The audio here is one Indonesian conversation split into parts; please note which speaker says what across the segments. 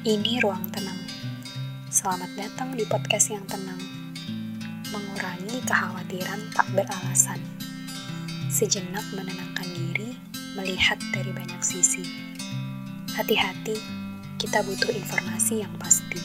Speaker 1: Ini Ruang Tenang. Selamat datang di podcast yang tenang. Mengurangi kekhawatiran tak beralasan. Sejenak menenangkan diri, melihat dari banyak sisi. Hati-hati, kita butuh informasi yang pasti.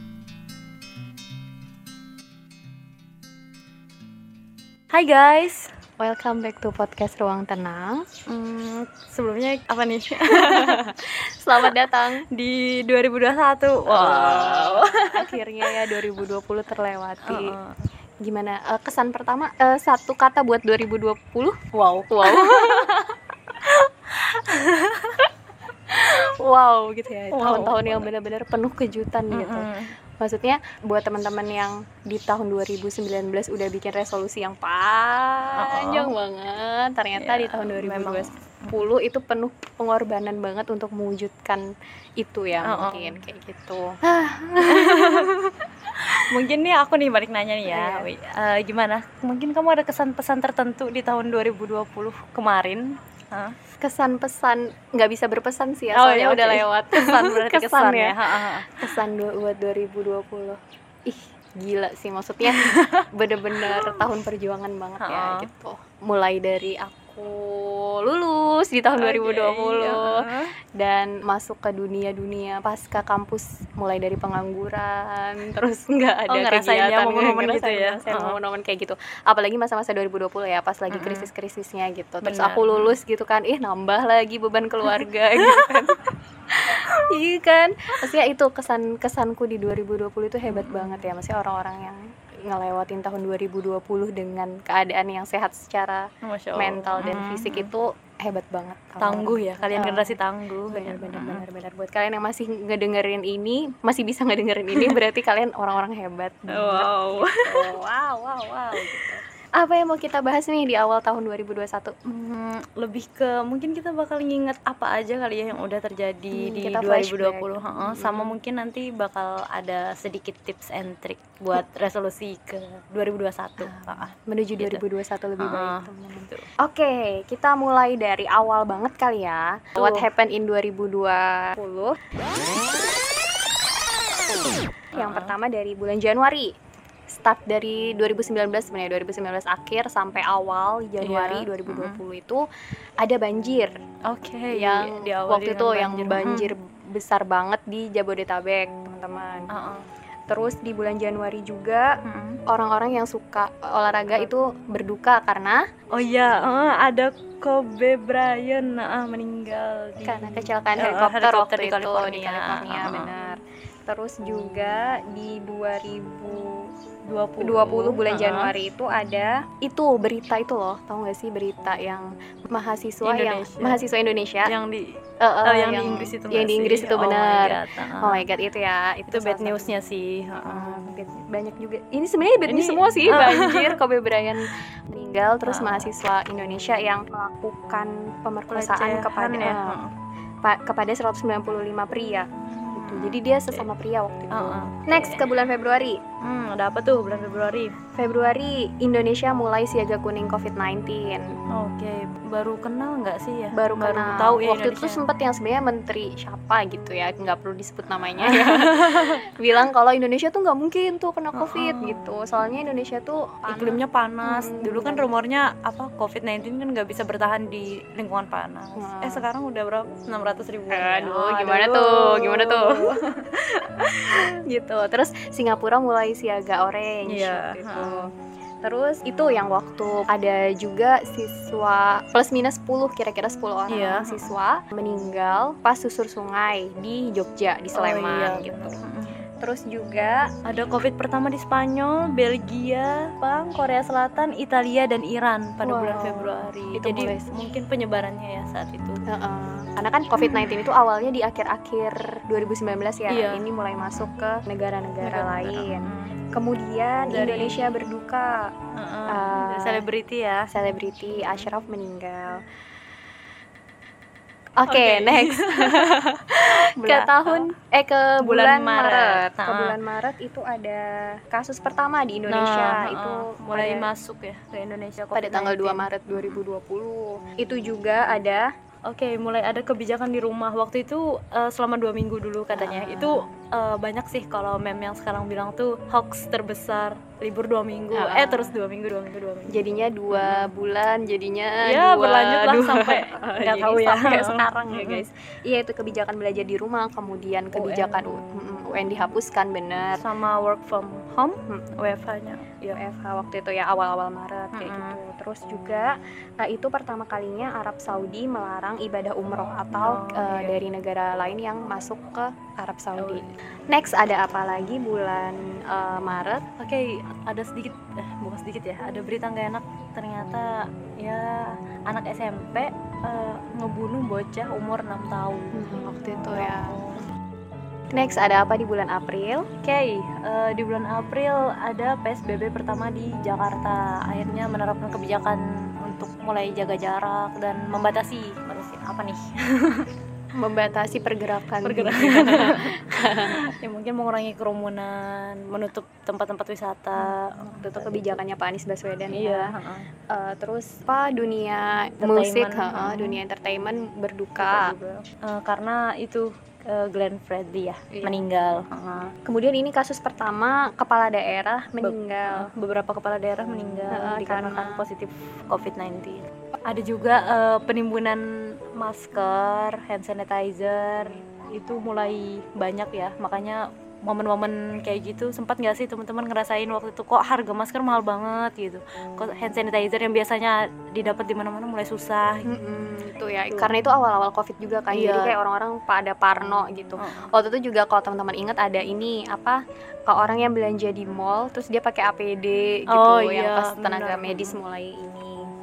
Speaker 2: Hai guys, welcome back to podcast Ruang Tenang. Sebelumnya apa nih?
Speaker 1: Selamat datang
Speaker 2: di 2021.
Speaker 1: Wow. Akhirnya ya 2020 terlewati. Gimana kesan pertama, satu kata buat 2020?
Speaker 2: Wow.
Speaker 1: Wow gitu ya.
Speaker 2: Wow.
Speaker 1: Tahun-tahun yang benar-benar penuh kejutan gitu. Maksudnya buat teman-teman yang di tahun 2019 udah bikin resolusi yang panjang banget, ternyata di tahun 2020 itu penuh pengorbanan banget untuk mewujudkan itu ya. Mungkin kayak gitu.
Speaker 2: Mungkin nih aku nih balik nanya nih ya. Gimana? Mungkin kamu ada kesan pesan tertentu di tahun 2020 kemarin?
Speaker 1: Kesan pesan nggak bisa berpesan sih ya, soalnya udah lewat.
Speaker 2: Kesan berarti kesan ya.
Speaker 1: Kesan buat 2020. Ih, gila sih, maksudnya bener-bener tahun perjuangan banget ya gitu. Mulai dari aku lulus di tahun 2020 dan masuk ke dunia pasca kampus, mulai dari pengangguran, terus nggak ada kegiatan,
Speaker 2: momen-momen gitu ya.
Speaker 1: Momen-momen kayak gitu. Apalagi masa-masa 2020 ya, pas lagi krisis-krisisnya gitu. Terus aku lulus gitu kan, nambah lagi beban keluarga gitu kan. Iya kan, maksudnya itu kesanku di 2020 itu hebat banget ya. Maksudnya orang-orang yang ngelewatin tahun 2020 dengan keadaan yang sehat secara mental dan fisik itu hebat banget.
Speaker 2: Tangguh ya, kalian generasi tangguh.
Speaker 1: Benar. Buat kalian yang masih ngedengerin ini, masih bisa ngedengerin ini, berarti kalian orang-orang hebat.
Speaker 2: Wow.
Speaker 1: Gitu. Apa yang mau kita bahas nih di awal tahun 2021?
Speaker 2: Lebih ke mungkin kita bakal nginget apa aja kali ya yang udah terjadi di 2020. Sama mungkin nanti bakal ada sedikit tips and trick buat resolusi ke 2021.
Speaker 1: Menuju 2021 lebih baik. Oke, kita mulai dari awal banget kali ya. What happened in 2020? Yang pertama dari bulan Januari. Start dari 2019 sebenarnya, 2019 akhir sampai awal Januari 2020 itu ada banjir. Yang waktu itu yang banjir besar banget di Jabodetabek, teman-teman. Terus di bulan Januari juga orang-orang yang suka olahraga itu berduka karena
Speaker 2: ada Kobe Bryant meninggal
Speaker 1: karena kecelakaan helikopter waktu itu di California. Benar. Terus juga di 2020 bulan Januari itu ada berita itu loh, tahu nggak sih berita yang mahasiswa Indonesia yang di Inggris itu, yang di Inggris itu benar. Oh my god itu ya, itu
Speaker 2: bad newsnya sih.
Speaker 1: Banyak juga ini sebenarnya bad news semua sih. Banjir, Kobe Bryant meninggal, terus mahasiswa Indonesia yang melakukan pemerkosaan kepada 195 pria. Jadi dia sesama pria waktu itu. Next ke bulan Februari.
Speaker 2: Ada apa tuh bulan Februari?
Speaker 1: Februari Indonesia mulai siaga kuning COVID-19.
Speaker 2: Baru kenal nggak sih ya?
Speaker 1: Baru
Speaker 2: tahu ya.
Speaker 1: Waktu itu sempat yang sebenarnya menteri siapa gitu ya, nggak perlu disebut namanya. Bilang kalau Indonesia tuh nggak mungkin tuh kena COVID gitu. Soalnya Indonesia tuh
Speaker 2: iklimnya panas. Dulu kan rumornya COVID-19 kan nggak bisa bertahan di lingkungan panas. Sekarang udah berapa? 600.000.
Speaker 1: Gimana tuh? Gitu. Terus Singapura mulai siaga orange gitu. Terus itu yang waktu ada juga siswa plus minus 10, kira-kira 10 orang siswa meninggal pas susur sungai di Jogja, di Sleman gitu. Terus juga
Speaker 2: ada COVID pertama di Spanyol, Belgia, Korea Selatan, Italia dan Iran pada bulan Februari. Jadi mungkin penyebarannya ya saat itu.
Speaker 1: Karena kan COVID-19 itu awalnya di akhir-akhir 2019 ya. Ini mulai masuk ke negara-negara lain. Kemudian Indonesia berduka. Selebriti Ashraf meninggal. Next. Ke bulan Maret. Ke bulan Maret itu ada kasus pertama di Indonesia. Itu
Speaker 2: mulai masuk ya ke Indonesia
Speaker 1: pada tanggal 2 Maret 2020. Itu juga ada
Speaker 2: Oke, mulai ada kebijakan di rumah. Waktu itu selama 2 minggu dulu katanya. Itu banyak sih kalau meme yang sekarang bilang tuh hoax terbesar, libur 2 minggu. Terus 2 minggu.
Speaker 1: Jadinya 2 bulan, jadinya
Speaker 2: ya berlanjut lah sampai nggak tahu ya
Speaker 1: sampai sekarang ya guys. Iya, itu kebijakan belajar di rumah, kemudian kebijakan UN dihapuskan, bener,
Speaker 2: sama work from home, WFH-nya.
Speaker 1: Ya, WFH waktu itu ya awal-awal Maret kayak gitu. Terus juga itu pertama kalinya Arab Saudi melarang ibadah umroh atau dari negara lain yang masuk ke Arab Saudi. Next ada apa lagi bulan Maret?
Speaker 2: Oke, ada sedikit bukan sedikit ya, ada berita nggak enak. Ternyata ya anak SMP ngebunuh bocah umur 6 tahun
Speaker 1: waktu itu ya. Next ada apa di bulan April?
Speaker 2: Oke, di bulan April ada PSBB pertama di Jakarta. Akhirnya menerapkan kebijakan untuk mulai jaga jarak dan membatasi apa nih?
Speaker 1: Membatasi pergerakan.
Speaker 2: Ya mungkin mengurangi kerumunan, menutup tempat-tempat wisata.
Speaker 1: Itu kebijakannya Pak Anies Baswedan.
Speaker 2: Iya.
Speaker 1: Terus dunia musik, dunia entertainment berduka.
Speaker 2: Karena itu Glenn Fredly ya, meninggal.
Speaker 1: Kemudian ini kasus pertama kepala daerah meninggal.
Speaker 2: Beberapa kepala daerah meninggal dikarenakan positif COVID-19. Ada juga penimbunan masker, hand sanitizer itu mulai banyak ya. Makanya momen-momen kayak gitu sempat nggak sih teman-teman ngerasain waktu itu kok harga masker mahal banget gitu, kok hand sanitizer yang biasanya didapat di mana-mana mulai susah.
Speaker 1: Itu ya, karena itu awal-awal COVID juga kan, jadi kayak orang-orang pada parno gitu. Waktu itu juga kalau teman-teman ingat ada ini apa, ke orang yang belanja di mall terus dia pakai APD gitu, yang pas tenaga medis mulai ini.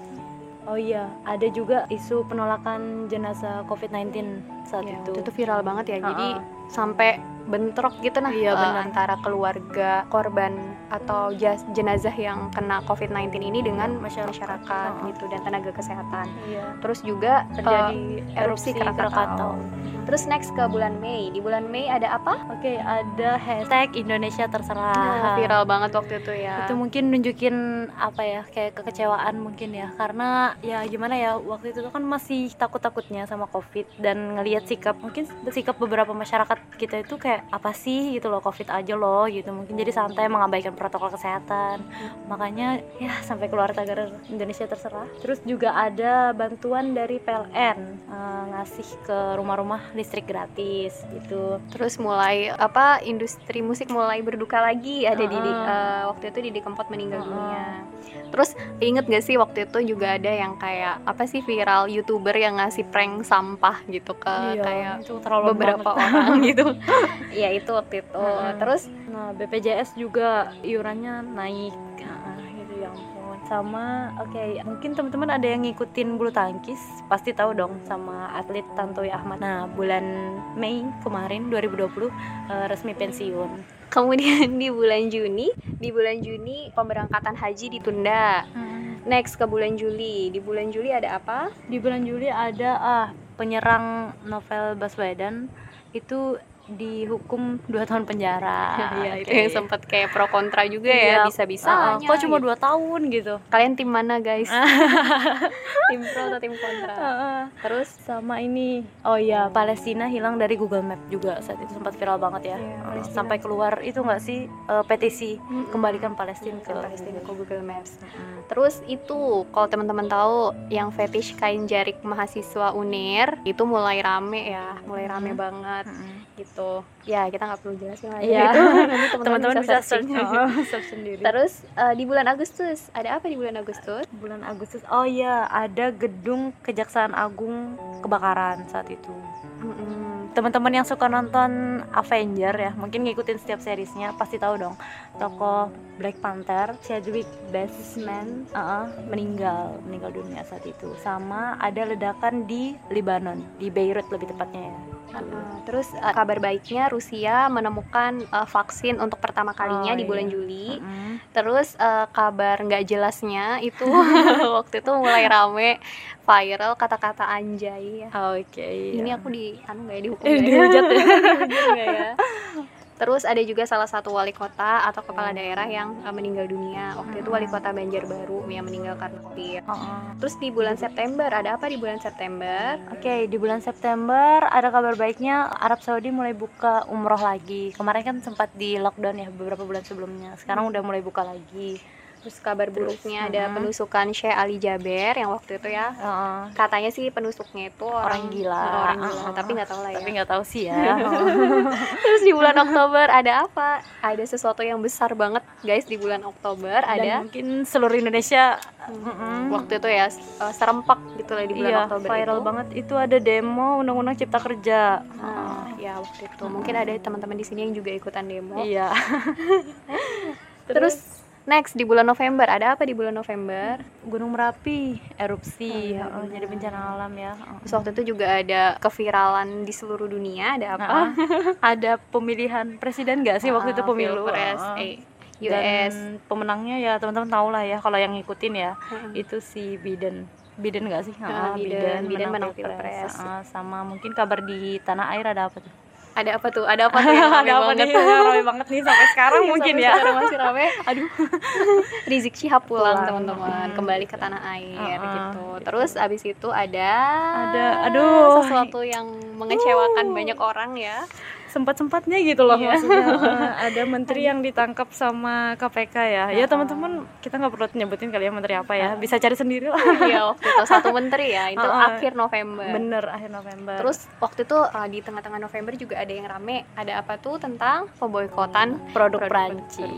Speaker 2: Oh iya, ada juga isu penolakan jenazah COVID-19 saat itu.
Speaker 1: Itu viral banget ya, jadi sampai bentrok gitu antara keluarga korban atau jenazah yang kena COVID-19 ini dengan masyarakat gitu dan tenaga kesehatan. Terus juga
Speaker 2: terjadi erupsi Krakatau.
Speaker 1: Terus next ke bulan Mei. Di bulan Mei ada apa?
Speaker 2: Oke, ada hashtag Indonesia Terserah.
Speaker 1: Viral banget waktu itu ya.
Speaker 2: Itu mungkin nunjukin apa ya, kayak kekecewaan mungkin ya, karena ya gimana ya, waktu itu kan masih takut-takutnya sama COVID dan ngelihat sikap beberapa masyarakat kita itu kayak apa sih gitu loh, COVID aja loh gitu, mungkin jadi santai mengabaikan protokol kesehatan. Makanya ya sampai keluar tagar Indonesia Terserah. Terus juga ada bantuan dari PLN ngasih ke rumah-rumah listrik gratis gitu.
Speaker 1: Terus mulai industri musik mulai berduka lagi, ada waktu itu Didi Kempot meninggal dunia. Terus inget gak sih waktu itu juga ada yang kayak apa sih, viral YouTuber yang ngasih prank sampah gitu ke kayak beberapa orang gitu. Ya itu waktu itu. Terus
Speaker 2: BPJS juga iurannya naik gitu, ya ampun. Sama mungkin teman-teman ada yang ngikutin bulu tangkis, pasti tahu dong sama atlet Tantowi Ahmad. Nah, bulan Mei kemarin 2020 resmi pensiun.
Speaker 1: Kemudian di bulan Juni pemberangkatan haji ditunda. Next ke bulan Juli. Di bulan Juli ada apa?
Speaker 2: Di bulan Juli ada penyerang Novel Baswedan itu dihukum 2 tahun penjara.
Speaker 1: Itu yang sempat kayak pro kontra juga ya, bisa-bisanya.
Speaker 2: Kok cuma 2 tahun gitu?
Speaker 1: Kalian tim mana guys? Tim pro atau tim kontra?
Speaker 2: Terus sama ini, Palestina hilang dari Google Map juga, saat itu sempat viral banget ya. Sampai keluar itu nggak sih petisi kembalikan Palestina ke
Speaker 1: Google Maps. Terus itu kalau teman-teman tahu yang fetish kain jarik mahasiswa UNER itu mulai rame banget. Gitu ya, kita nggak perlu jelasin lagi itu, nanti teman-teman bisa search
Speaker 2: sendiri.
Speaker 1: Terus di bulan Agustus ada apa? Di bulan Agustus
Speaker 2: ada gedung Kejaksaan Agung kebakaran saat itu. Teman-teman yang suka nonton Avenger ya, mungkin ngikutin setiap seriesnya pasti tahu dong tokoh Black Panther Chadwick Boseman meninggal dunia saat itu. Sama ada ledakan di Lebanon, di Beirut lebih tepatnya ya.
Speaker 1: Terus kabar baiknya Rusia menemukan vaksin untuk pertama kalinya di bulan Juli. Terus kabar nggak jelasnya itu waktu itu mulai rame viral kata-kata anjay ya.
Speaker 2: Ini
Speaker 1: aku dihukum
Speaker 2: dihujat ya.
Speaker 1: Terus ada juga salah satu wali kota atau kepala daerah yang meninggal dunia. Waktu itu wali kota Banjarbaru yang meninggal karena COVID. Terus di bulan September, ada apa di bulan September?
Speaker 2: Oke, di bulan September ada kabar baiknya, Arab Saudi mulai buka umroh lagi. Kemarin kan sempat di lockdown ya beberapa bulan sebelumnya. Sekarang udah mulai buka lagi.
Speaker 1: Terus kabar buruknya ada penusukan Syekh Ali Jaber yang waktu itu ya, katanya sih penusuknya itu orang
Speaker 2: gila,
Speaker 1: tapi nggak tahu lah ya.
Speaker 2: Tapi nggak tahu sih ya.
Speaker 1: Terus di bulan Oktober ada apa? Ada sesuatu yang besar banget guys di bulan Oktober.
Speaker 2: Dan
Speaker 1: ada
Speaker 2: mungkin seluruh Indonesia
Speaker 1: waktu itu ya serempak gitu lah di bulan Oktober.
Speaker 2: Viral banget itu ada demo undang-undang Cipta Kerja.
Speaker 1: Ya waktu itu mungkin ada teman-teman di sini yang juga ikutan demo.
Speaker 2: Iya.
Speaker 1: Terus next di bulan November ada apa di bulan November?
Speaker 2: Gunung Merapi erupsi, jadi bencana alam ya.
Speaker 1: Terus waktu itu juga ada keviralan di seluruh dunia. Ada apa?
Speaker 2: Ada pemilihan presiden nggak sih waktu itu pemilu?
Speaker 1: US.
Speaker 2: Dan pemenangnya ya teman-teman tahu lah ya kalau yang ngikutin ya itu si Biden nggak sih?
Speaker 1: Biden menang pilpres.
Speaker 2: Sama mungkin kabar di tanah air ada apa tuh?
Speaker 1: Ada apa tuh yang
Speaker 2: ramai banget nih sampai sekarang mungkin ya.
Speaker 1: Sekarang masih ramai. Aduh. Rizik Syihab pulang teman-teman, kembali ke tanah air gitu. Terus abis itu ada sesuatu yang mengecewakan banyak orang ya.
Speaker 2: Sempat-sempatnya gitu loh maksudnya ada menteri yang ditangkap sama KPK ya. Ya teman-teman kita nggak perlu nyebutin kali ya menteri apa ya, bisa cari sendiri lah.
Speaker 1: Iya waktu itu satu menteri ya, itu akhir November.
Speaker 2: Bener akhir November.
Speaker 1: Terus waktu itu di tengah-tengah November juga ada yang rame, ada apa tuh tentang pemboikotan
Speaker 2: produk Prancis.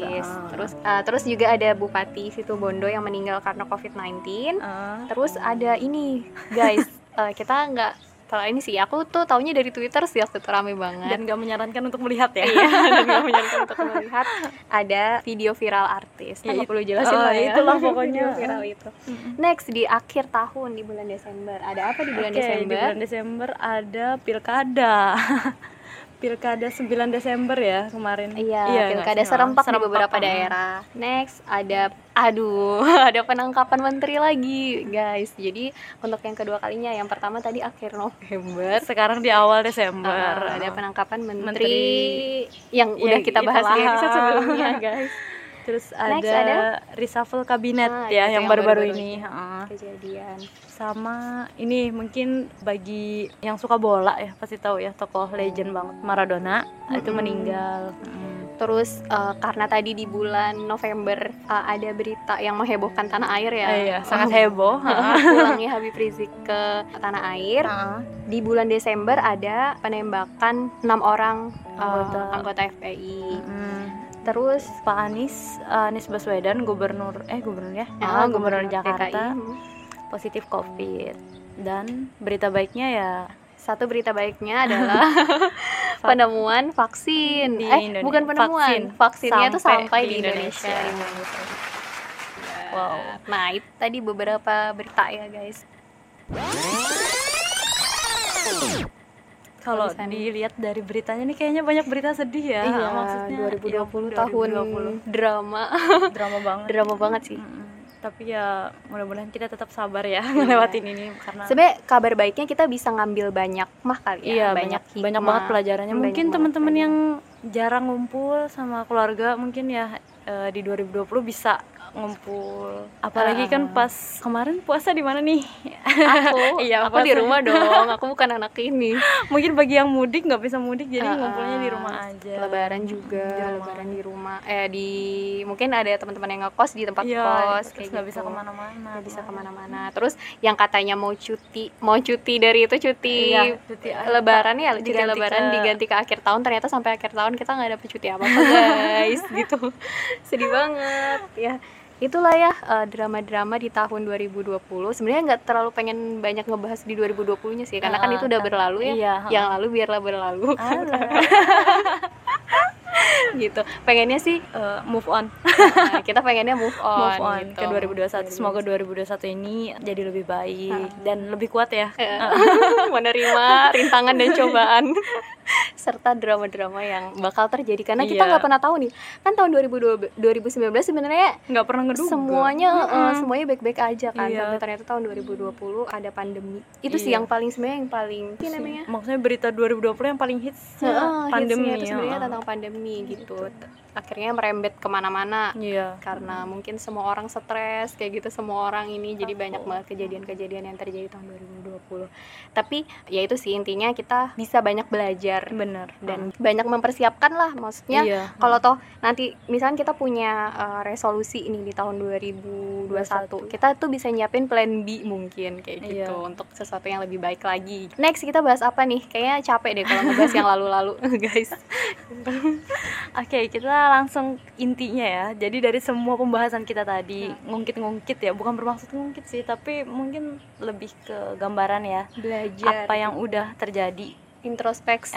Speaker 1: Terus juga ada Bupati Situbondo yang meninggal karena COVID-19. Terus ada ini guys, kita nggak kalau ini sih aku tuh taunya dari Twitter sih, waktu itu rame banget
Speaker 2: dan nggak menyarankan untuk melihat ya.
Speaker 1: Iya, dan nggak menyarankan untuk melihat. Ada video viral artis, nggak perlu jelasin lah ya.
Speaker 2: Itulah pokoknya
Speaker 1: video viral itu. Next di akhir tahun di bulan Desember ada apa di bulan Desember?
Speaker 2: Di bulan Desember ada pilkada. Pilkada 9 Desember ya kemarin.
Speaker 1: Iya pilkada serempak di beberapa daerah. Next ada ada penangkapan menteri lagi guys. Jadi untuk yang kedua kalinya, yang pertama tadi akhir November,
Speaker 2: sekarang di awal Desember
Speaker 1: ada penangkapan menteri yang udah kita bahas di episode sebelumnya guys.
Speaker 2: Terus ada reshuffle kabinet yang baru-baru ini
Speaker 1: kejadian.
Speaker 2: Sama ini mungkin bagi yang suka bola ya pasti tahu ya, tokoh legend banget Maradona itu meninggal.
Speaker 1: Terus karena tadi di bulan November ada berita yang menghebohkan tanah air ya.
Speaker 2: Iya, sangat heboh.
Speaker 1: Pulangnya Habib Rizik ke tanah air. Di bulan Desember ada penembakan 6 orang anggota FPI. Terus
Speaker 2: Pak Anies Baswedan gubernur Jakarta positif COVID. Dan berita baiknya ya,
Speaker 1: satu berita baiknya adalah penemuan vaksin. Bukan penemuan, vaksinnya itu sampai di Indonesia. Wow. Nah, itu tadi beberapa berita ya, guys.
Speaker 2: Kalau dilihat dari beritanya nih kayaknya banyak berita sedih ya.
Speaker 1: Iya,
Speaker 2: maksudnya
Speaker 1: 2020 tahun drama banget sih.
Speaker 2: Tapi ya mudah-mudahan kita tetap sabar ya ngelewatin ini, karena
Speaker 1: sebenarnya kabar baiknya kita bisa ngambil banyak kali ya.
Speaker 2: Banyak banget pelajarannya. Mungkin teman-teman yang jarang ngumpul sama keluarga mungkin ya di 2020 bisa ngumpul. Apalagi kan pas kemarin puasa di mana nih?
Speaker 1: Aku di rumah dong. Aku bukan anak ini.
Speaker 2: Mungkin bagi yang mudik nggak bisa mudik, jadi ngumpulnya di rumah aja.
Speaker 1: Lebaran juga, lebaran di rumah. Mungkin ada teman-teman yang ngekos di tempat kos, kayak
Speaker 2: nggak bisa kemana-mana.
Speaker 1: Terus yang katanya mau cuti dari itu cuti lebaran ya, cuti lebaran diganti ke akhir tahun, ternyata sampai akhir tahun kita nggak dapet cuti apa-apa guys. Gitu, sedih banget ya. Itulah ya drama-drama di tahun 2020. Sebenarnya nggak terlalu pengen banyak ngebahas di 2020-nya sih, karena kan itu udah berlalu ya. Yang lalu biarlah berlalu. Gitu. Pengennya sih
Speaker 2: move on.
Speaker 1: Kita pengennya move on
Speaker 2: gitu. Ke 2021. Semoga 2021 ini jadi lebih baik dan lebih kuat ya.
Speaker 1: Menerima rintangan dan cobaan serta drama-drama yang bakal terjadi karena kita nggak pernah tahu nih kan tahun 2019 sebenarnya
Speaker 2: nggak pernah ngeduga
Speaker 1: semuanya baik-baik aja kan, tapi ternyata tahun 2020 ada pandemi itu sih yang paling sebenarnya yang paling namanya
Speaker 2: maksudnya berita 2020 yang paling hits pandemi
Speaker 1: itu sebenarnya tentang pandemi gitu. Akhirnya merembet kemana-mana karena mungkin semua orang stres kayak gitu, semua orang ini jadi banyak banget kejadian-kejadian yang terjadi tahun 2020. Tapi ya itu sih intinya kita bisa banyak belajar dan banyak mempersiapkan lah, maksudnya kalau toh nanti misalnya kita punya resolusi ini di tahun 2021 kita tuh bisa nyiapin plan B mungkin kayak gitu untuk sesuatu yang lebih baik lagi. Next kita bahas apa nih? Kayaknya capek deh kalau ngebahas yang lalu-lalu guys.
Speaker 2: Oke, kita langsung intinya ya. Jadi dari semua pembahasan kita tadi ngungkit-ngungkit ya, bukan bermaksud ngungkit sih, tapi mungkin lebih ke gambaran ya,
Speaker 1: belajar
Speaker 2: apa yang udah terjadi,
Speaker 1: introspeksi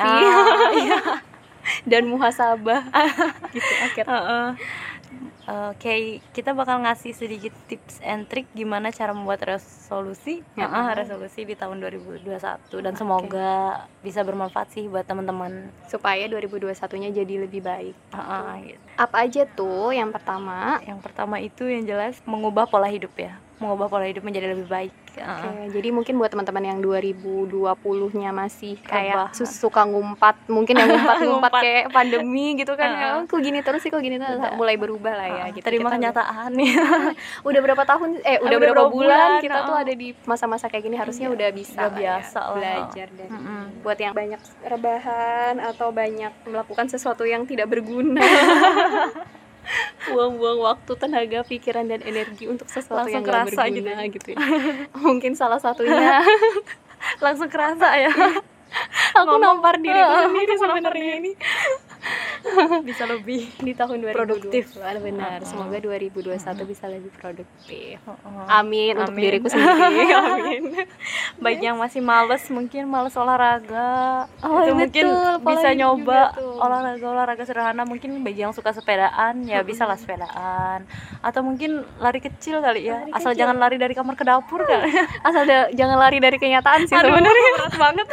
Speaker 1: dan muhasabah gitu akhirnya.
Speaker 2: Oke, kita bakal ngasih sedikit tips and trick gimana cara membuat resolusi di tahun 2021 dan semoga bisa bermanfaat sih buat teman-teman
Speaker 1: supaya 2021-nya jadi lebih baik. Gitu. Apa aja tuh? Yang pertama
Speaker 2: itu yang jelas mengubah pola hidup ya. Mengubah pola hidup menjadi lebih baik.
Speaker 1: Jadi mungkin buat teman-teman yang 2020-nya masih kayak suka ngumpat, mungkin yang ngumpat kayak pandemi gitu kan, kok gini terus sih, mulai berubah lah ya. Gitu.
Speaker 2: Terima kenyataan nih.
Speaker 1: Udah berapa tahun, udah berapa bulan kita tuh ada di masa-masa kayak gini, harusnya udah bisa
Speaker 2: biasa lah
Speaker 1: belajar dan buat yang banyak rebahan atau banyak melakukan sesuatu yang tidak berguna. Buang-buang waktu, tenaga, pikiran dan energi untuk sesuatu yang gak berguna gitu ya. Mungkin salah satunya
Speaker 2: langsung kerasa ya.
Speaker 1: Aku nampar diriku sendiri sebenarnya ini.
Speaker 2: Bisa lebih
Speaker 1: di tahun 2020
Speaker 2: produktif.
Speaker 1: Benar. Semoga 2021 bisa lebih produktif. Amin untuk diriku sendiri. Amin.
Speaker 2: Bagi yang masih males olahraga, itu mungkin bisa nyoba olahraga sederhana. Mungkin bagi yang suka sepedaan ya bisa lah sepedaan, atau mungkin lari kecil kali ya. Asal jangan lari dari kamar ke dapur kan.
Speaker 1: Asal jangan lari dari kenyataan sih sebenarnya.
Speaker 2: Berat banget.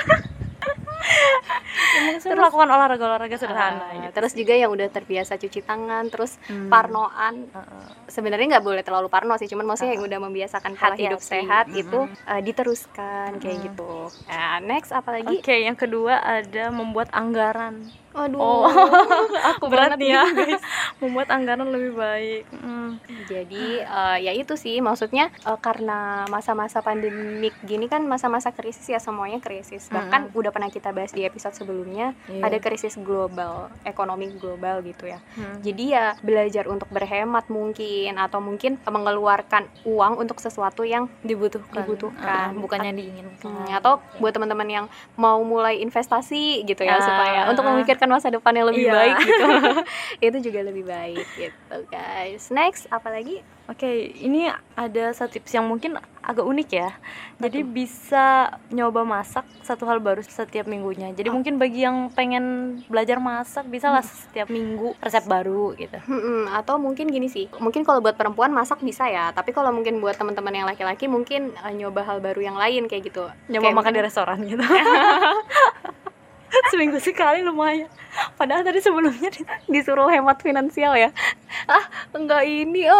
Speaker 2: Terus melakukan olahraga sederhana gitu.
Speaker 1: Terus juga yang udah terbiasa cuci tangan, terus parnoan, sebenarnya nggak boleh terlalu parno sih, cuman maksudnya yang udah membiasakan pola hidup sehat itu diteruskan kayak gitu. Next apa lagi?
Speaker 2: Oke, yang kedua ada membuat anggaran.
Speaker 1: Aduh,
Speaker 2: aku berat ya guys. Membuat anggaran lebih baik.
Speaker 1: Jadi ya itu sih maksudnya karena masa-masa pandemik gini kan masa-masa krisis ya, semuanya krisis. Bahkan udah pernah kita bahas di episode sebelumnya, ada krisis global, ekonomi global gitu ya. Jadi ya belajar untuk berhemat mungkin, atau mungkin mengeluarkan uang untuk sesuatu yang dibutuhkan.
Speaker 2: Bukan yang diinginkan.
Speaker 1: Atau buat teman-teman yang mau mulai investasi gitu ya, supaya untuk memikirkan masa depan yang lebih baik gitu. Itu juga lebih baik gitu guys. Next apa lagi?
Speaker 2: Oke, ini ada satu tips yang mungkin agak unik ya. Jadi bisa nyoba masak satu hal baru setiap minggunya. Jadi mungkin bagi yang pengen belajar masak bisa lah setiap minggu resep baru gitu.
Speaker 1: Atau mungkin gini sih, mungkin kalau buat perempuan masak bisa ya, tapi kalau mungkin buat teman-teman yang laki-laki mungkin nyoba hal baru yang lain kayak gitu.
Speaker 2: Nyoba makan di restoran gitu. Seminggu sekali lumayan. Padahal tadi sebelumnya
Speaker 1: disuruh hemat finansial ya. Enggak ini.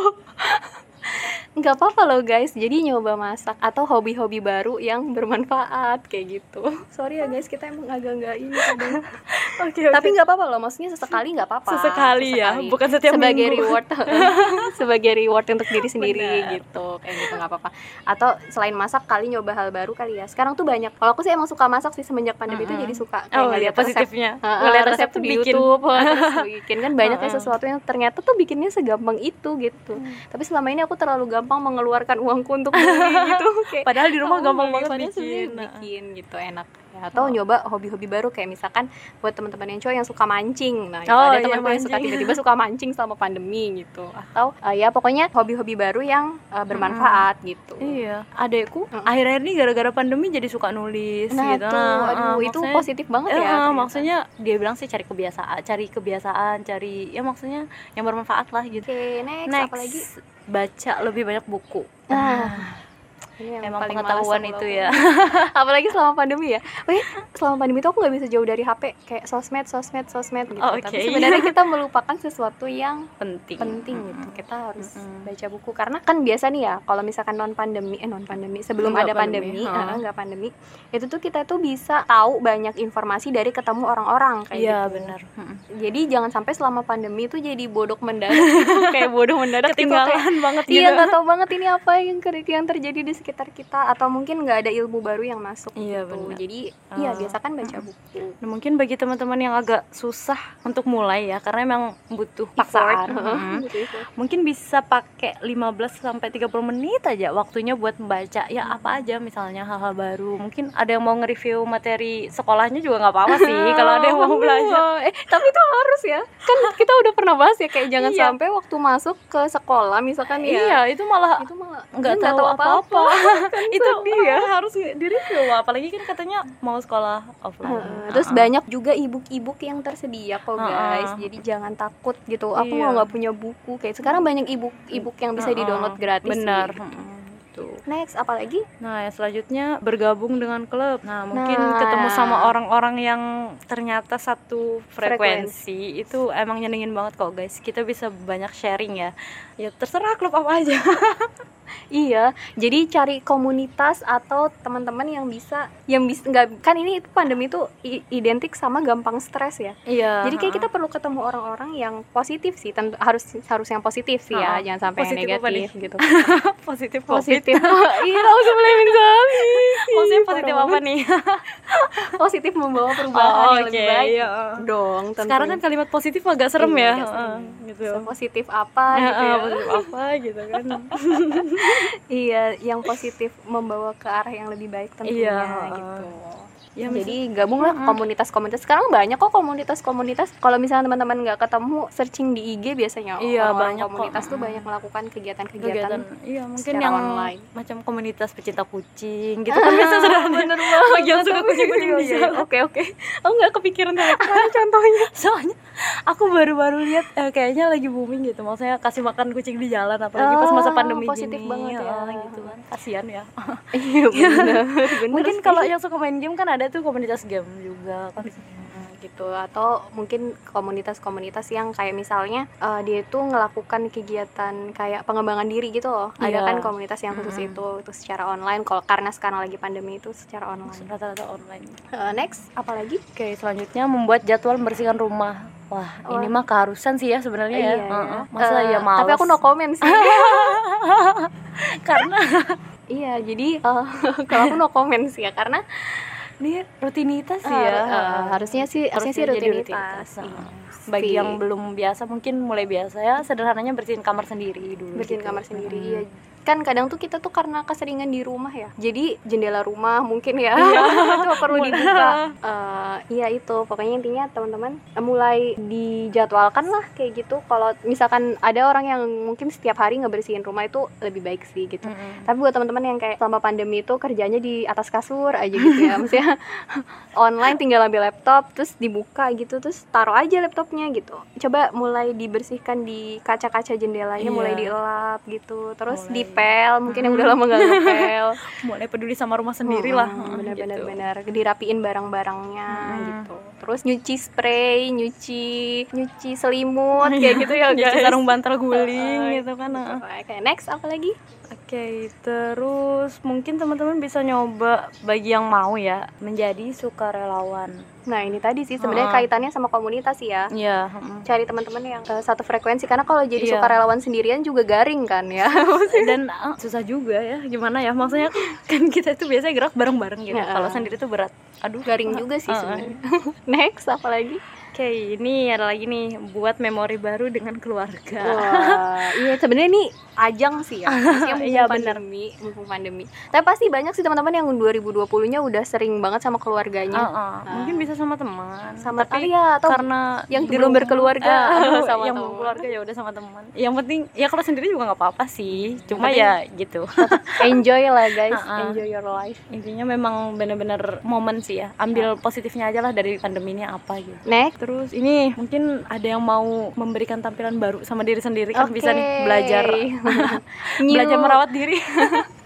Speaker 1: Nggak apa-apa loh guys, jadi nyoba masak atau hobi-hobi baru yang bermanfaat kayak gitu. Sorry ya guys, kita emang agak nggak ini kadang. Tapi nggak apa-apa loh, maksudnya sesekali nggak apa-apa.
Speaker 2: Sesekali ya, bukan setiap
Speaker 1: sebagai
Speaker 2: minggu.
Speaker 1: Reward. Sebagai reward untuk diri sendiri gitu, kayak gitu nggak apa-apa. Atau selain masak kali nyoba hal baru kali ya. Sekarang tuh banyak. Kalau aku sih emang suka masak sih semenjak pandemi itu, jadi suka
Speaker 2: ngeliat positifnya.
Speaker 1: Ngeliat resep tuh di YouTube, terus bikin kan banyak sesuatu yang ternyata tuh bikinnya segampang itu gitu. Tapi selama ini aku terlalu gampang mengeluarkan uangku untuk beli gitu. Kayak,
Speaker 2: padahal di rumah gampang banget
Speaker 1: bikin gitu, enak. Ya, atau nyoba hobi-hobi baru kayak misalkan buat teman-teman yang cowok yang suka mancing. Nah, gitu. Ada teman-teman yang suka tiba-tiba suka mancing selama pandemi gitu. Atau ya pokoknya hobi-hobi baru yang bermanfaat gitu.
Speaker 2: Iya. Adekku akhir-akhir ini gara-gara pandemi jadi suka nulis gitu.
Speaker 1: Aduh, itu positif banget ya.
Speaker 2: Maksudnya dia bilang sih cari kebiasaan, ya maksudnya yang bermanfaat lah gitu.
Speaker 1: Oke, next apa lagi?
Speaker 2: Baca lebih banyak buku.
Speaker 1: Ini yang
Speaker 2: emang
Speaker 1: paling
Speaker 2: pengetahuan
Speaker 1: malas
Speaker 2: itu
Speaker 1: aku
Speaker 2: ya.
Speaker 1: apalagi selama pandemi ya. Selama pandemi itu aku nggak bisa jauh dari HP, kayak sosmed gitu. Tapi sebenarnya kita melupakan sesuatu yang penting gitu. Kita harus baca buku karena kan biasa nih ya, kalau misalkan non pandemi sebelum ada pandemi, nggak pandemi, itu tuh kita tuh bisa tahu banyak informasi dari ketemu orang-orang kayak
Speaker 2: Iya,
Speaker 1: gitu.
Speaker 2: benar.
Speaker 1: Jadi jangan sampai selama pandemi itu jadi bodoh mendadak gitu. Kayak bodoh mendadak
Speaker 2: ketinggalan banget gitu.
Speaker 1: Iya, nggak tahu banget ini apa yang terjadi di sekitar kita, atau mungkin nggak ada ilmu baru yang masuk
Speaker 2: Iya,
Speaker 1: gitu.
Speaker 2: benar.
Speaker 1: Jadi ya biasakan baca buku.
Speaker 2: Nah, mungkin bagi teman-teman yang agak susah untuk mulai ya, karena emang butuh paksaan. Mungkin bisa pakai 15 sampai 30 menit aja waktunya buat membaca. Ya apa aja, misalnya hal-hal baru. Mungkin ada yang mau nge-review materi sekolahnya juga nggak apa-apa sih kalau ada yang mau belajar.
Speaker 1: Tapi itu harus ya. Kan kita udah pernah bahas ya, kayak jangan sampai waktu masuk ke sekolah misalkan ya.
Speaker 2: Iya, itu malah nggak tahu apa-apa.
Speaker 1: Kan
Speaker 2: itu
Speaker 1: ya.
Speaker 2: Harus di-review, apalagi kan katanya mau sekolah offline.
Speaker 1: Terus banyak juga e-book yang tersedia kok guys. Jadi jangan takut gitu. Aku nggak punya buku, kayak sekarang banyak e-book yang bisa di-download gratis.
Speaker 2: Benar.
Speaker 1: Next, apalagi?
Speaker 2: Nah, yang selanjutnya bergabung dengan klub. Nah, mungkin ketemu sama orang-orang yang ternyata satu frekuensi. Itu emang nyenengin banget kok guys. Kita bisa banyak sharing ya. Ya terserah klub apa aja.
Speaker 1: Iya, jadi cari komunitas atau teman-teman yang bisa nggak, kan ini pandemi itu identik sama gampang stres ya.
Speaker 2: Iya.
Speaker 1: Jadi kayak kita perlu ketemu orang-orang yang positif sih, harus yang positif sih ya, jangan sampai
Speaker 2: positif
Speaker 1: yang negatif gitu.
Speaker 2: positif.
Speaker 1: Iya, langsung blaming sekali.
Speaker 2: Maksudnya positif apa nih?
Speaker 1: Positif membawa perubahan yang lebih baik.
Speaker 2: Iya.
Speaker 1: Dong, tentunya.
Speaker 2: Sekarang kan kalimat positif agak serem ya.
Speaker 1: Gitu. Positif apa gitu ya.
Speaker 2: Positif apa gitu kan.
Speaker 1: Iya, yang positif membawa ke arah yang lebih baik tentunya gitu. Ya, jadi gabunglah komunitas-komunitas. Sekarang banyak kok komunitas-komunitas. Kalau misalnya teman-teman nggak ketemu, searching di IG biasanya.
Speaker 2: Iya, banyak
Speaker 1: komunitas tuh banyak melakukan kegiatan.
Speaker 2: Iya, mungkin
Speaker 1: yang
Speaker 2: online, macam komunitas pecinta kucing gitu kan biasa sederhana.
Speaker 1: Bener banget.
Speaker 2: Bagi yang suka kucing-kucing dia.
Speaker 1: Oke. Aku nggak kepikiran dari mana contohnya.
Speaker 2: Soalnya aku baru-baru lihat kayaknya lagi booming gitu. Maksudnya kasih makan kucing di jalan, apalagi pas masa pandemi
Speaker 1: positif
Speaker 2: gini.
Speaker 1: Banget ya
Speaker 2: gitu kan. Kasihan ya.
Speaker 1: Iya, benar.
Speaker 2: Mungkin kalau yang suka main game kan ada tuh komunitas game juga kan
Speaker 1: gitu, atau mungkin komunitas-komunitas yang kayak misalnya dia itu ngelakukan kegiatan kayak pengembangan diri gitu loh. Ada kan komunitas yang khusus itu secara online, kalau karena sekarang lagi pandemi itu secara online,
Speaker 2: rata-rata online.
Speaker 1: Next, apalagi?
Speaker 2: Oke, selanjutnya membuat jadwal membersihkan rumah. Wah, ini mah keharusan sih ya sebenarnya ya. Masa ya malas.
Speaker 1: Tapi aku no comment sih.
Speaker 2: Karena
Speaker 1: iya, jadi kalau aku no comment sih ya, karena
Speaker 2: ini rutinitas sih ya.
Speaker 1: Harusnya sih rutinitas.
Speaker 2: Bagi yang belum biasa mungkin mulai biasa ya, sederhananya bersihin kamar sendiri dulu.
Speaker 1: Kamar sendiri ya. Kan kadang tuh kita tuh karena keseringan di rumah ya, jadi jendela rumah mungkin ya itu perlu dibuka. Iya, itu pokoknya intinya teman-teman mulai dijadwalkan lah kayak gitu. Kalau misalkan ada orang yang mungkin setiap hari ngebersihin rumah, itu lebih baik sih gitu. Tapi buat teman-teman yang kayak selama pandemi itu kerjanya di atas kasur aja gitu ya, maksudnya online, tinggal ambil laptop terus dibuka gitu, terus taruh aja laptopnya gitu. Coba mulai dibersihkan di kaca-kaca jendelanya, mulai dielap gitu, terus dipel, mungkin yang udah lama nggak ngepel.
Speaker 2: Mulai peduli sama rumah sendiri lah.
Speaker 1: Benar-benar dirapiin barang-barangnya gitu. Terus nyuci spray, nyuci selimut kayak gitu ya guys.
Speaker 2: Nyuci sarung bantal guling gitu kan.
Speaker 1: Oke, next apa lagi?
Speaker 2: Oke, terus mungkin teman-teman bisa nyoba, bagi yang mau ya, menjadi sukarelawan.
Speaker 1: Nah, ini tadi sih sebenarnya kaitannya sama komunitas sih ya.
Speaker 2: Iya.
Speaker 1: Cari teman-teman yang satu frekuensi, karena kalau jadi sukarelawan sendirian juga garing kan ya.
Speaker 2: Dan susah juga ya, gimana ya, maksudnya kan kita itu biasanya gerak bareng-bareng gitu. Kalau sendiri tuh berat. Aduh,
Speaker 1: garing juga sih sebenarnya. Next, apa lagi?
Speaker 2: Oke, ini ada lagi nih, buat memori baru dengan keluarga.
Speaker 1: Wah, iya sebenarnya ini ajang sih ya. Iya, mumpung pandemi. Tapi pasti banyak sih teman-teman yang 2020-nya udah sering banget sama keluarganya.
Speaker 2: Mungkin bisa sama teman.
Speaker 1: Tapi ya, atau
Speaker 2: karena
Speaker 1: yang belum berkeluarga
Speaker 2: sama yang belum keluarga ya udah sama teman. Yang penting ya kalau sendiri juga nggak apa-apa sih. Cuma ya gitu.
Speaker 1: Enjoy lah guys, enjoy your life.
Speaker 2: Intinya memang benar-benar momen sih ya. Ambil positifnya aja lah dari pandemi ini apa gitu.
Speaker 1: Next.
Speaker 2: Terus ini mungkin ada yang mau memberikan tampilan baru sama diri sendiri kan, bisa nih belajar belajar merawat diri.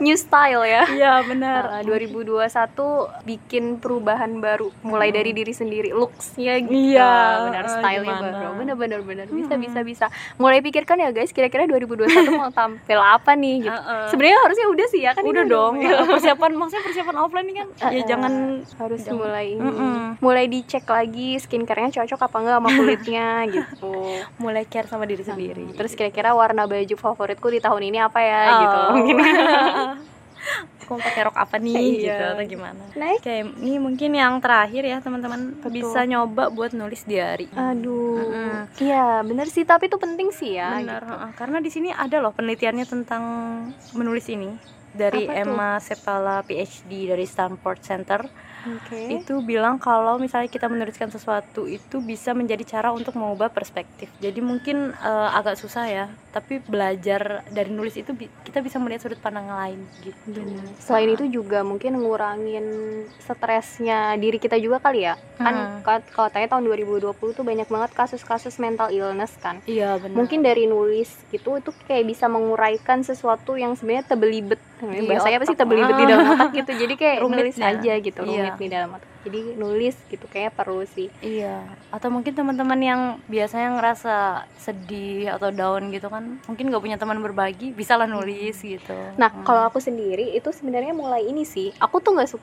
Speaker 1: New style ya.
Speaker 2: Iya benar.
Speaker 1: 2021 bikin perubahan baru, mulai dari diri sendiri, looks-nya gitu.
Speaker 2: Iya,
Speaker 1: Benar, style-nya
Speaker 2: gimana?
Speaker 1: baru. Benar. Bisa. Mulai pikirkan ya guys, kira-kira 2021 mau tampil apa nih gitu. Sebenarnya harusnya udah sih ya kan.
Speaker 2: Udah dong. Persiapan offline ini kan ya jangan
Speaker 1: harus mulai ini. Mulai dicek lagi skincare-nya cocok apa enggak sama kulitnya gitu.
Speaker 2: Mulai care sama diri sendiri.
Speaker 1: Terus kira-kira warna baju favoritku di tahun ini apa ya gitu. Mungkin
Speaker 2: aku mau pakai rok apa nih gitu atau gimana. Kayak ini mungkin yang terakhir ya teman-teman, bisa nyoba buat nulis diary.
Speaker 1: Aduh. Iya, bener sih, tapi itu penting sih ya.
Speaker 2: Bener,
Speaker 1: gitu.
Speaker 2: Karena di sini ada loh penelitiannya tentang menulis ini dari Emma Sepala PhD dari Stanford Center. Itu bilang kalau misalnya kita menuliskan sesuatu itu bisa menjadi cara untuk mengubah perspektif. Jadi mungkin agak susah ya, tapi belajar dari nulis itu kita bisa melihat sudut pandang lain gitu.
Speaker 1: Selain itu juga mungkin ngurangin stresnya diri kita juga kali ya. Kan kalau tanya tahun 2020 tuh banyak banget kasus-kasus mental illness kan.
Speaker 2: Iya benar.
Speaker 1: Mungkin dari nulis gitu itu kayak bisa menguraikan sesuatu yang sebenarnya tebelibet. Bahasanya apa sih, tebelibet di dalam otak gitu. Jadi kayak nulis aja gitu, rumit di dalam otak. Jadi nulis gitu kayaknya perlu sih.
Speaker 2: Iya. Atau mungkin teman-teman yang biasanya ngerasa sedih atau down gitu kan, mungkin nggak punya teman berbagi, bisa lah nulis gitu.
Speaker 1: Nah, kalau aku sendiri itu sebenarnya mulai ini sih. Aku tuh nggak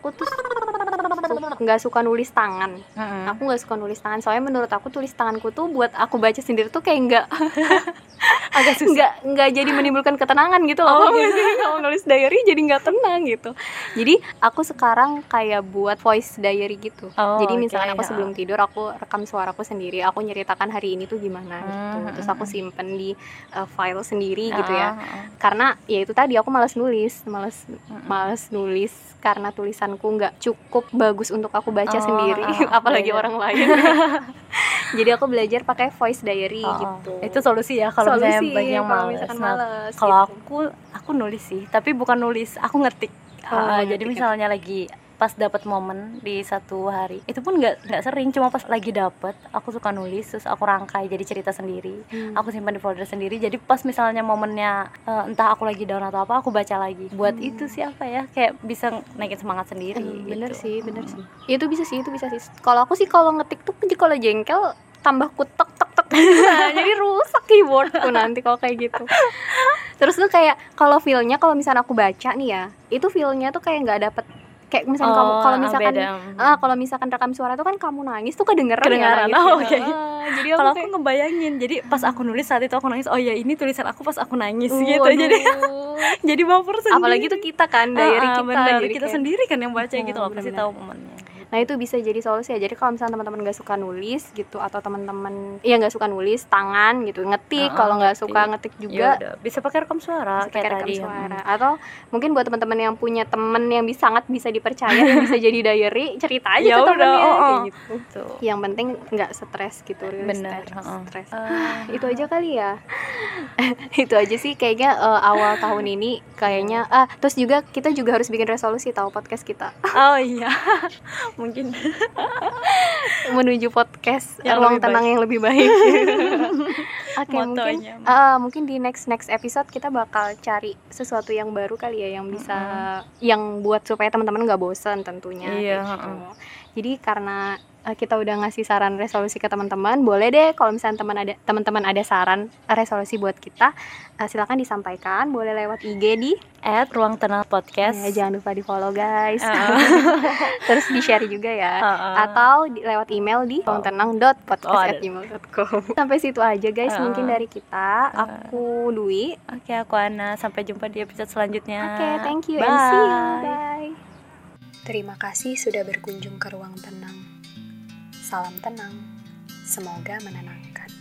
Speaker 1: suka nulis tangan. Aku nggak suka nulis tangan. Soalnya menurut aku tulis tanganku tuh buat aku baca sendiri tuh kayak nggak agak susah. Nggak jadi menimbulkan ketenangan gitu loh. Kalau nulis diary jadi nggak tenang gitu. Jadi aku sekarang kayak buat voice diary gitu. Jadi misalkan aku sebelum tidur aku rekam suaraku sendiri. Aku nyeritakan hari ini tuh gimana gitu. Terus aku simpen di file sendiri gitu ya. Karena ya itu tadi aku malas nulis karena tulisanku nggak cukup bagus untuk aku baca sendiri, apalagi orang lain. Jadi aku belajar pakai voice diary gitu.
Speaker 2: Itu solusi ya kalau misalnya bagi yang malas. Kalau
Speaker 1: gitu.
Speaker 2: aku nulis sih, tapi bukan nulis, aku ngetik. Jadi misalnya lagi pas dapat momen di satu hari, itu pun nggak sering, cuma pas lagi dapat aku suka nulis, terus aku rangkai jadi cerita sendiri. Aku simpan di folder sendiri, jadi pas misalnya momennya entah aku lagi down atau apa, aku baca lagi. Buat itu sih apa ya, kayak bisa naikin semangat sendiri.
Speaker 1: Bener sih. Itu bisa sih. Kalau aku sih kalau ngetik tuh kalau jengkel tambah kutek tek jadi rusak keyboardku nanti kalau kayak gitu. Terus tuh kayak kalau feel-nya, kalau misalnya aku baca nih ya, itu feel-nya tuh kayak nggak dapet. Kayak misalkan kalau misalkan rekam suara tuh kan kamu nangis tuh kedengeran ya,
Speaker 2: gitu. Jadi kalau aku ngebayangin, jadi pas aku nulis saat itu aku nangis, oh ya ini tulisan aku pas aku nangis gitu. Jadi baper sendiri.
Speaker 1: Apalagi tuh kita kan diary kita,
Speaker 2: jadi kita sendiri kan yang baca gitu, loh pasti tahu momennya.
Speaker 1: Nah itu bisa jadi solusi ya. Jadi kalau misalnya teman-teman nggak suka nulis gitu, atau teman-teman nggak suka nulis tangan gitu, ngetik. Kalau nggak suka ngetik juga
Speaker 2: bisa pakai rekam suara,
Speaker 1: atau mungkin buat teman-teman yang punya temen yang sangat bisa dipercaya, yang bisa jadi diary, cerita aja ke temennya kayak gitu. Yang penting nggak stres gitu.
Speaker 2: Bener.
Speaker 1: Stres. Itu aja kali ya. Itu aja sih kayaknya awal tahun ini kayaknya. Terus juga kita juga harus bikin resolusi tahu podcast kita.
Speaker 2: Oh iya. Mungkin
Speaker 1: menuju podcast ruang tenang yang lebih baik. Oke, mungkin di next episode kita bakal cari sesuatu yang baru kali ya, yang bisa yang buat supaya teman-teman nggak bosan tentunya.
Speaker 2: Iya.
Speaker 1: Gitu. Jadi karena kita udah ngasih saran resolusi ke teman-teman, boleh deh kalau misalnya teman-teman ada saran resolusi buat kita, silakan disampaikan. Boleh lewat IG di
Speaker 2: @ruangtenangpodcast.
Speaker 1: Jangan lupa di follow guys. Terus di share juga ya. Atau lewat email di ruangtenang.podcast@gmail.com. Sampai situ aja guys, mungkin dari kita. Aku Dwi.
Speaker 2: Oke, aku Ana. Sampai jumpa di episode selanjutnya.
Speaker 1: Oke, thank you.
Speaker 2: Bye.
Speaker 1: And see you. Bye. Terima kasih sudah berkunjung ke Ruang Tenang. Salam tenang, semoga menenangkan.